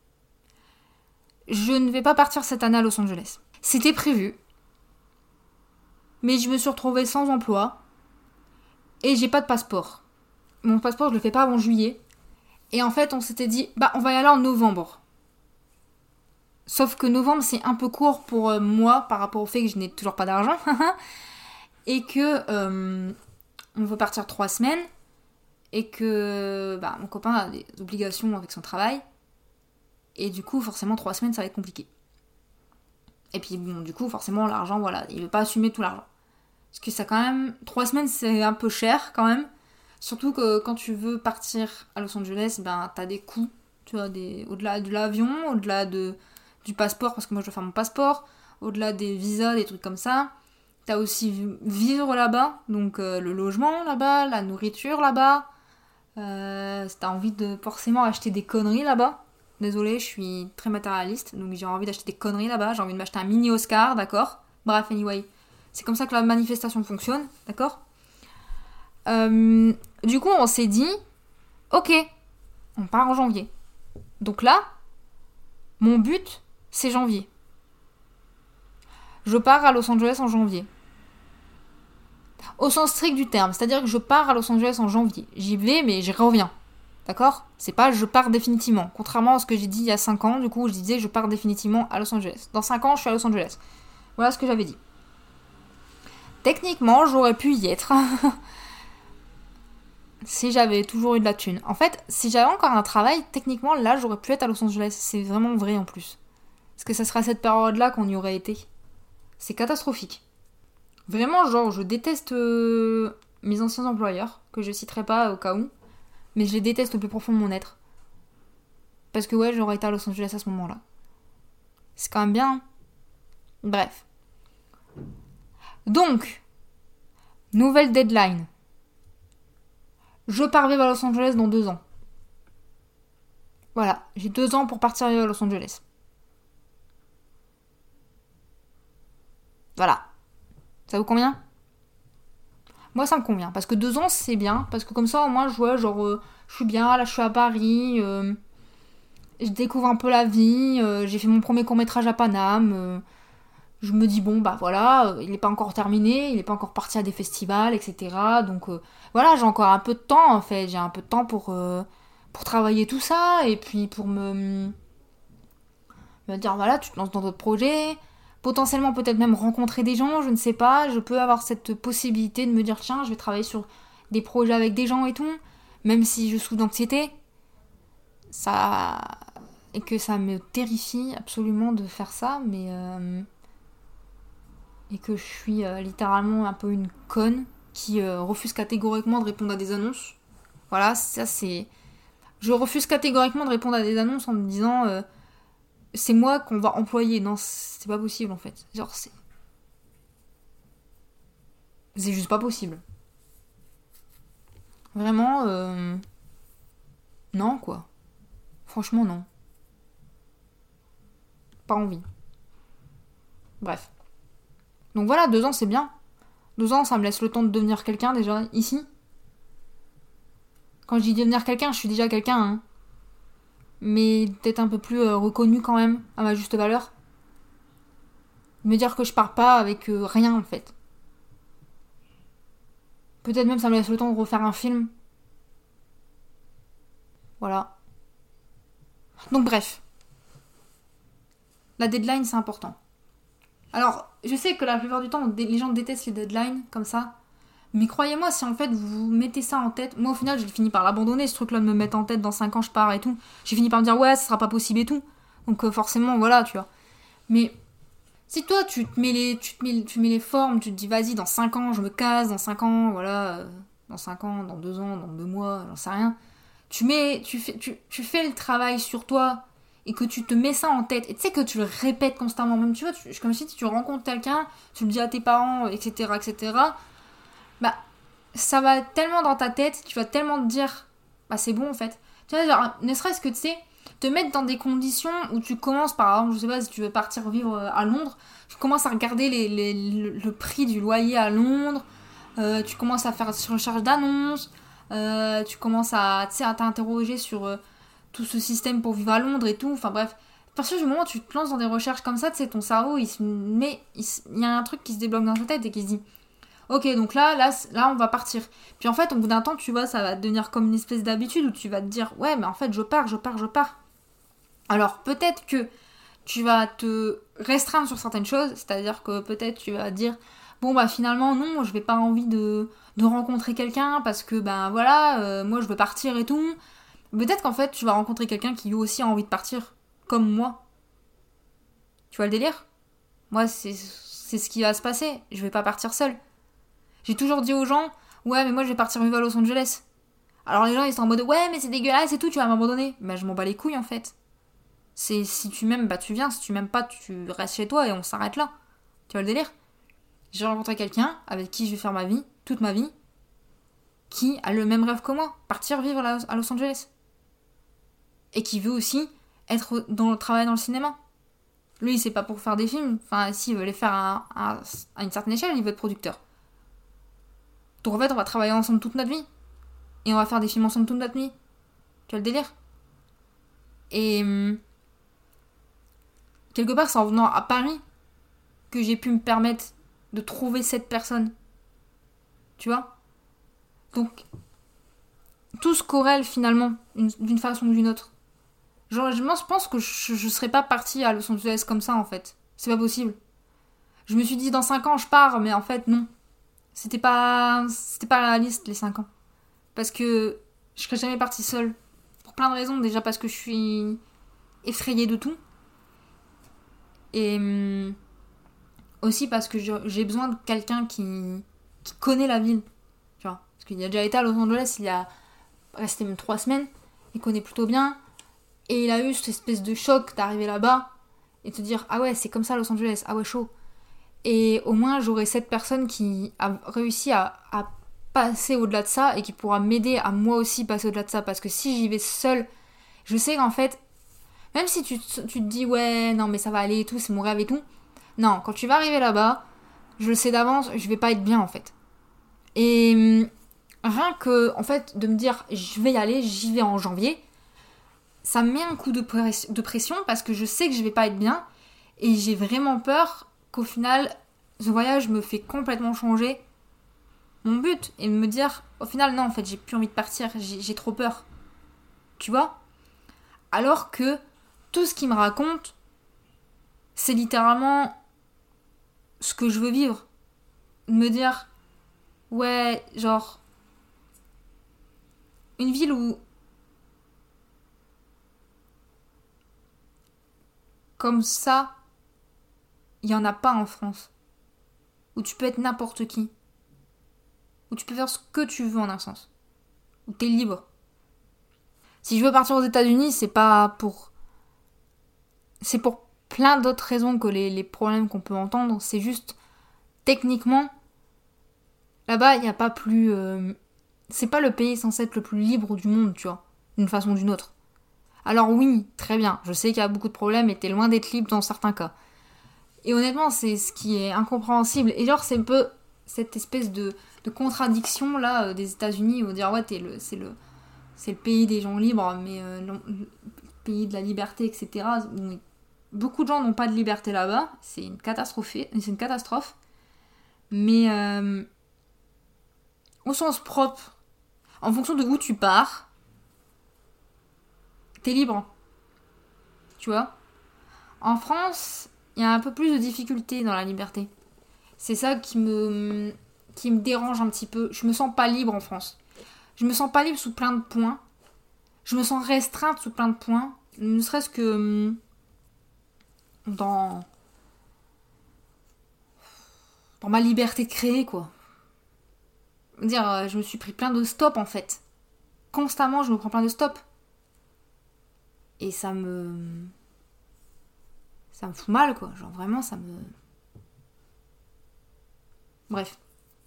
Speaker 1: Je ne vais pas partir cette année à Los Angeles. C'était prévu. Mais je me suis retrouvée sans emploi. Et j'ai pas de passeport. Mon passeport, je le fais pas avant juillet. Et en fait, on s'était dit, bah, on va y aller en novembre. Sauf que novembre, c'est un peu court pour moi par rapport au fait que je n'ai toujours pas d'argent. Et que on veut partir 3 semaines. Et que mon copain a des obligations avec son travail. Et du coup, forcément, 3 semaines, ça va être compliqué. Et puis, bon, du coup, forcément, l'argent, voilà, il veut pas assumer tout l'argent. Parce que ça, quand même, 3 semaines, c'est un peu cher, quand même. Surtout que quand tu veux partir à Los Angeles, t'as des coûts. Tu vois, au-delà de l'avion, au-delà du passeport, parce que moi, je dois faire mon passeport. Au-delà des visas, des trucs comme ça. T'as aussi vivre là-bas. Donc, le logement là-bas, la nourriture là-bas. Si t'as envie de forcément acheter des conneries là-bas. Désolée, je suis très matérialiste, donc j'ai envie d'acheter des conneries là-bas. J'ai envie de m'acheter un mini Oscar, d'accord. Bref, anyway. C'est comme ça que la manifestation fonctionne, d'accord. Du coup, on s'est dit, ok, on part en janvier. Donc là, mon but, c'est janvier. Je pars à Los Angeles en janvier. Au sens strict du terme, c'est-à-dire que je pars à Los Angeles en janvier. J'y vais, mais j'y reviens. D'accord ? C'est pas je pars définitivement. Contrairement à ce que j'ai dit il y a 5 ans, du coup, je disais je pars définitivement à Los Angeles. Dans 5 ans, je suis à Los Angeles. Voilà ce que j'avais dit. Techniquement, j'aurais pu y être. Si j'avais toujours eu de la thune. En fait, si j'avais encore un travail, techniquement, là, j'aurais pu être à Los Angeles. C'est vraiment vrai en plus. Parce que ça serait à cette période-là qu'on y aurait été. C'est catastrophique. Vraiment, genre, je déteste mes anciens employeurs, que je citerai pas au cas où. Mais je les déteste au plus profond de mon être. Parce que ouais, j'aurais été à Los Angeles à ce moment-là. C'est quand même bien. Hein. Bref. Donc, nouvelle deadline. Je pars vivre à Los Angeles dans 2 ans. Voilà, j'ai 2 ans pour partir vivre à Los Angeles. Voilà. Ça vous convient ? Moi, ça me convient. Parce que 2 ans, c'est bien. Parce que comme ça, au moins, je suis bien. Là, je suis à Paris. Je découvre un peu la vie. J'ai fait mon premier court-métrage à Paname. Je me dis, bon, voilà, il n'est pas encore terminé. Il n'est pas encore parti à des festivals, etc. Donc, voilà, j'ai encore un peu de temps, en fait. J'ai un peu de temps pour travailler tout ça. Et puis, pour me dire, voilà, tu te lances dans d'autres projets. Potentiellement peut-être même rencontrer des gens, je ne sais pas, je peux avoir cette possibilité de me dire tiens, je vais travailler sur des projets avec des gens et tout, même si je souffre d'anxiété, ça et que ça me terrifie absolument de faire ça, mais et que je suis littéralement un peu une conne qui refuse catégoriquement de répondre à des annonces. Voilà, ça c'est... Je refuse catégoriquement de répondre à des annonces en me disant... c'est moi qu'on va employer. Non, c'est pas possible en fait. Genre, c'est juste pas possible. Vraiment, non quoi. Franchement, non. Pas envie. Bref. Donc voilà, 2 ans c'est bien. 2 ans, ça me laisse le temps de devenir quelqu'un déjà ici. Quand je dis devenir quelqu'un, je suis déjà quelqu'un, hein. Mais peut-être un peu plus reconnu quand même, à ma juste valeur. Me dire que je pars pas avec rien en fait. Peut-être même ça me laisse le temps de refaire un film. Voilà. Donc bref. La deadline c'est important. Alors, je sais que la plupart du temps, les gens détestent les deadlines comme ça. Mais croyez-moi, si en fait vous mettez ça en tête... Moi au final j'ai fini par l'abandonner, ce truc là de me mettre en tête dans 5 ans je pars et tout. J'ai fini par me dire ouais ça sera pas possible et tout. Donc forcément voilà tu vois. Mais si toi tu mets les formes, tu te dis vas-y dans 5 ans je me case, dans 5 ans voilà, dans 5 ans, dans 2 ans, dans 2 mois, j'en sais rien. Tu fais le travail sur toi et que tu te mets ça en tête et tu sais que tu le répètes constamment. Même tu vois, comme si tu rencontres quelqu'un, tu le dis à tes parents, etc. Ça va tellement dans ta tête, tu vas tellement te dire, c'est bon en fait. Tu vois, genre, ne serait-ce que, tu sais, te mettre dans des conditions où tu commences, par exemple, je sais pas, si tu veux partir vivre à Londres, tu commences à regarder le prix du loyer à Londres, tu commences à faire des recherches d'annonces, tu commences à t'interroger sur tout ce système pour vivre à Londres et tout, enfin bref. À partir du moment où tu te lances dans des recherches comme ça, tu sais, ton cerveau, il y a un truc qui se débloque dans ta tête et qui se dit ok, donc là, on va partir. Puis en fait, au bout d'un temps, tu vois, ça va devenir comme une espèce d'habitude où tu vas te dire, ouais, mais en fait, je pars. Alors peut-être que tu vas te restreindre sur certaines choses, c'est-à-dire que peut-être tu vas dire bon bah finalement non, je vais pas envie de rencontrer quelqu'un parce que ben voilà, moi je veux partir et tout. Peut-être qu'en fait tu vas rencontrer quelqu'un qui lui aussi a envie de partir, comme moi. Tu vois le délire ? Moi c'est ce qui va se passer, je vais pas partir seule. J'ai toujours dit aux gens ouais mais moi je vais partir vivre à Los Angeles. Alors les gens ils sont en mode ouais mais c'est dégueulasse et tout, tu vas m'abandonner. Bah je m'en bats les couilles en fait. C'est si tu m'aimes, bah tu viens, si tu m'aimes pas, tu restes chez toi et on s'arrête là. Tu vois le délire ? J'ai rencontré quelqu'un avec qui je vais faire ma vie, toute ma vie, qui a le même rêve que moi, partir vivre à Los Angeles. Et qui veut aussi être dans le travail dans le cinéma. Lui, c'est pas pour faire des films, enfin s'il veut les faire à une certaine échelle, il veut être producteur. Donc en fait, on va travailler ensemble toute notre vie. Et on va faire des films ensemble toute notre vie. Tu vois le délire ? Et quelque part, c'est en venant à Paris que j'ai pu me permettre de trouver cette personne. Tu vois ? Donc, tout se corrèle finalement, d'une façon ou d'une autre. Genre, je pense que je serais pas partie à Los Angeles comme ça en fait. C'est pas possible. Je me suis dit dans 5 ans je pars, mais en fait non. C'était pas réaliste les 5 ans. Parce que je serais jamais partie seule. Pour plein de raisons. Déjà parce que je suis effrayée de tout. Et aussi parce que j'ai besoin de quelqu'un qui connaît la ville. Tu vois. Parce qu'il a déjà été à Los Angeles, il a resté même 3 semaines. Il connaît plutôt bien. Et il a eu cette espèce de choc d'arriver là-bas et de se dire ah ouais c'est comme ça Los Angeles, ah ouais chaud. Et au moins j'aurai cette personne qui a réussi à passer au-delà de ça et qui pourra m'aider à moi aussi passer au-delà de ça. Parce que si j'y vais seule, je sais qu'en fait, même si tu te dis ouais non mais ça va aller et tout, c'est mon rêve et tout. Non, quand tu vas arriver là-bas, je le sais d'avance, je vais pas être bien en fait. Et rien que en fait de me dire je vais y aller, j'y vais en janvier, ça me met un coup de pression parce que je sais que je vais pas être bien et j'ai vraiment peur qu'au final ce voyage me fait complètement changer mon but et me dire au final non en fait j'ai plus envie de partir, j'ai trop peur, tu vois, alors que tout ce qu'il me raconte c'est littéralement ce que je veux vivre, me dire ouais genre une ville où comme ça, il n'y en a pas en France. Où tu peux être n'importe qui. Où tu peux faire ce que tu veux en un sens. Où t'es libre. Si je veux partir aux États-Unis, c'est pas pour... C'est pour plein d'autres raisons que les problèmes qu'on peut entendre. C'est juste, techniquement, là-bas, il n'y a pas plus... C'est pas le pays censé être le plus libre du monde, tu vois. D'une façon ou d'une autre. Alors oui, très bien, je sais qu'il y a beaucoup de problèmes et t'es loin d'être libre dans certains cas. Et honnêtement, c'est ce qui est incompréhensible. Et genre, c'est un peu cette espèce de contradiction là des États-Unis où dire ouais, c'est le pays des gens libres, mais le pays de la liberté, etc. Beaucoup de gens n'ont pas de liberté là-bas. C'est une catastrophe. Mais au sens propre, en fonction de où tu pars, t'es libre. Tu vois ? En France, il y a un peu plus de difficultés dans la liberté. C'est ça qui me dérange un petit peu. Je me sens pas libre en France. Je me sens pas libre sous plein de points. Je me sens restreinte sous plein de points. Ne serait-ce que dans ma liberté de créer, quoi. Je me suis pris plein de stops en fait. Constamment, je me prends plein de stops. Et ça me fout mal, quoi. Genre vraiment, ça me... Bref.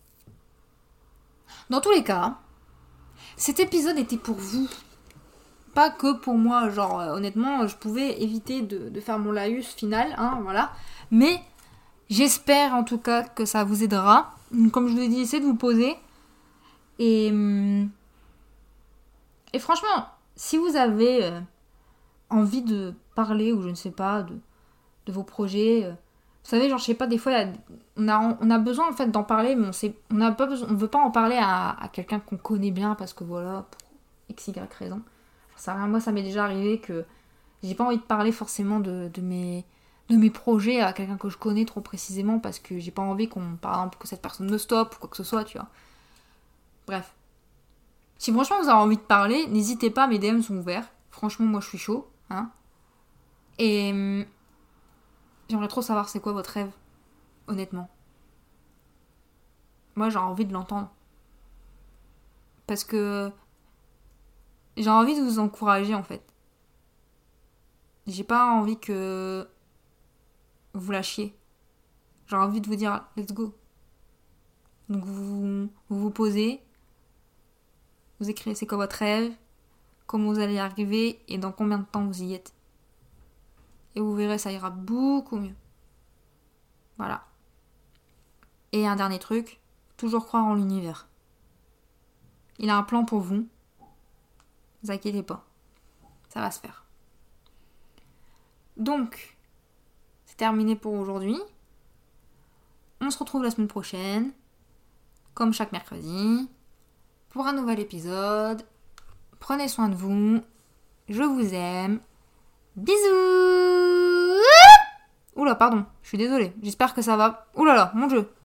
Speaker 1: Dans tous les cas, cet épisode était pour vous. Pas que pour moi. Genre, honnêtement, je pouvais éviter de faire mon laïus final, hein, voilà. Mais j'espère en tout cas que ça vous aidera. Comme je vous ai dit, essayez de vous poser. Et franchement, si vous avez envie de parler, ou je ne sais pas, de vos projets... Vous savez, genre, je sais pas, des fois, on a besoin, en fait, d'en parler, mais on veut pas en parler à quelqu'un qu'on connaît bien, parce que voilà, pour x, y raison. Ça, moi, ça m'est déjà arrivé que J'ai pas envie de parler forcément de mes projets à quelqu'un que je connais trop précisément parce que j'ai pas envie par exemple, que cette personne me stoppe ou quoi que ce soit, tu vois. Bref. Si franchement vous avez envie de parler, n'hésitez pas, mes DM sont ouverts. Franchement, moi je suis chaud, hein. Et j'aimerais trop savoir c'est quoi votre rêve, honnêtement. Moi j'ai envie de l'entendre. Parce que j'ai envie de vous encourager en fait. J'ai pas envie que vous lâchiez. J'ai envie de vous dire let's go. Donc vous posez, vous écrivez c'est quoi votre rêve, comment vous allez y arriver et dans combien de temps vous y êtes. Et vous verrez, ça ira beaucoup mieux. Voilà. Et un dernier truc, toujours croire en l'univers. Il a un plan pour vous. Ne vous inquiétez pas. Ça va se faire. Donc, c'est terminé pour aujourd'hui. On se retrouve la semaine prochaine, comme chaque mercredi, pour un nouvel épisode. Prenez soin de vous. Je vous aime. Bisous. Oula, pardon, je suis désolée. J'espère que ça va. Oulala, mon Dieu.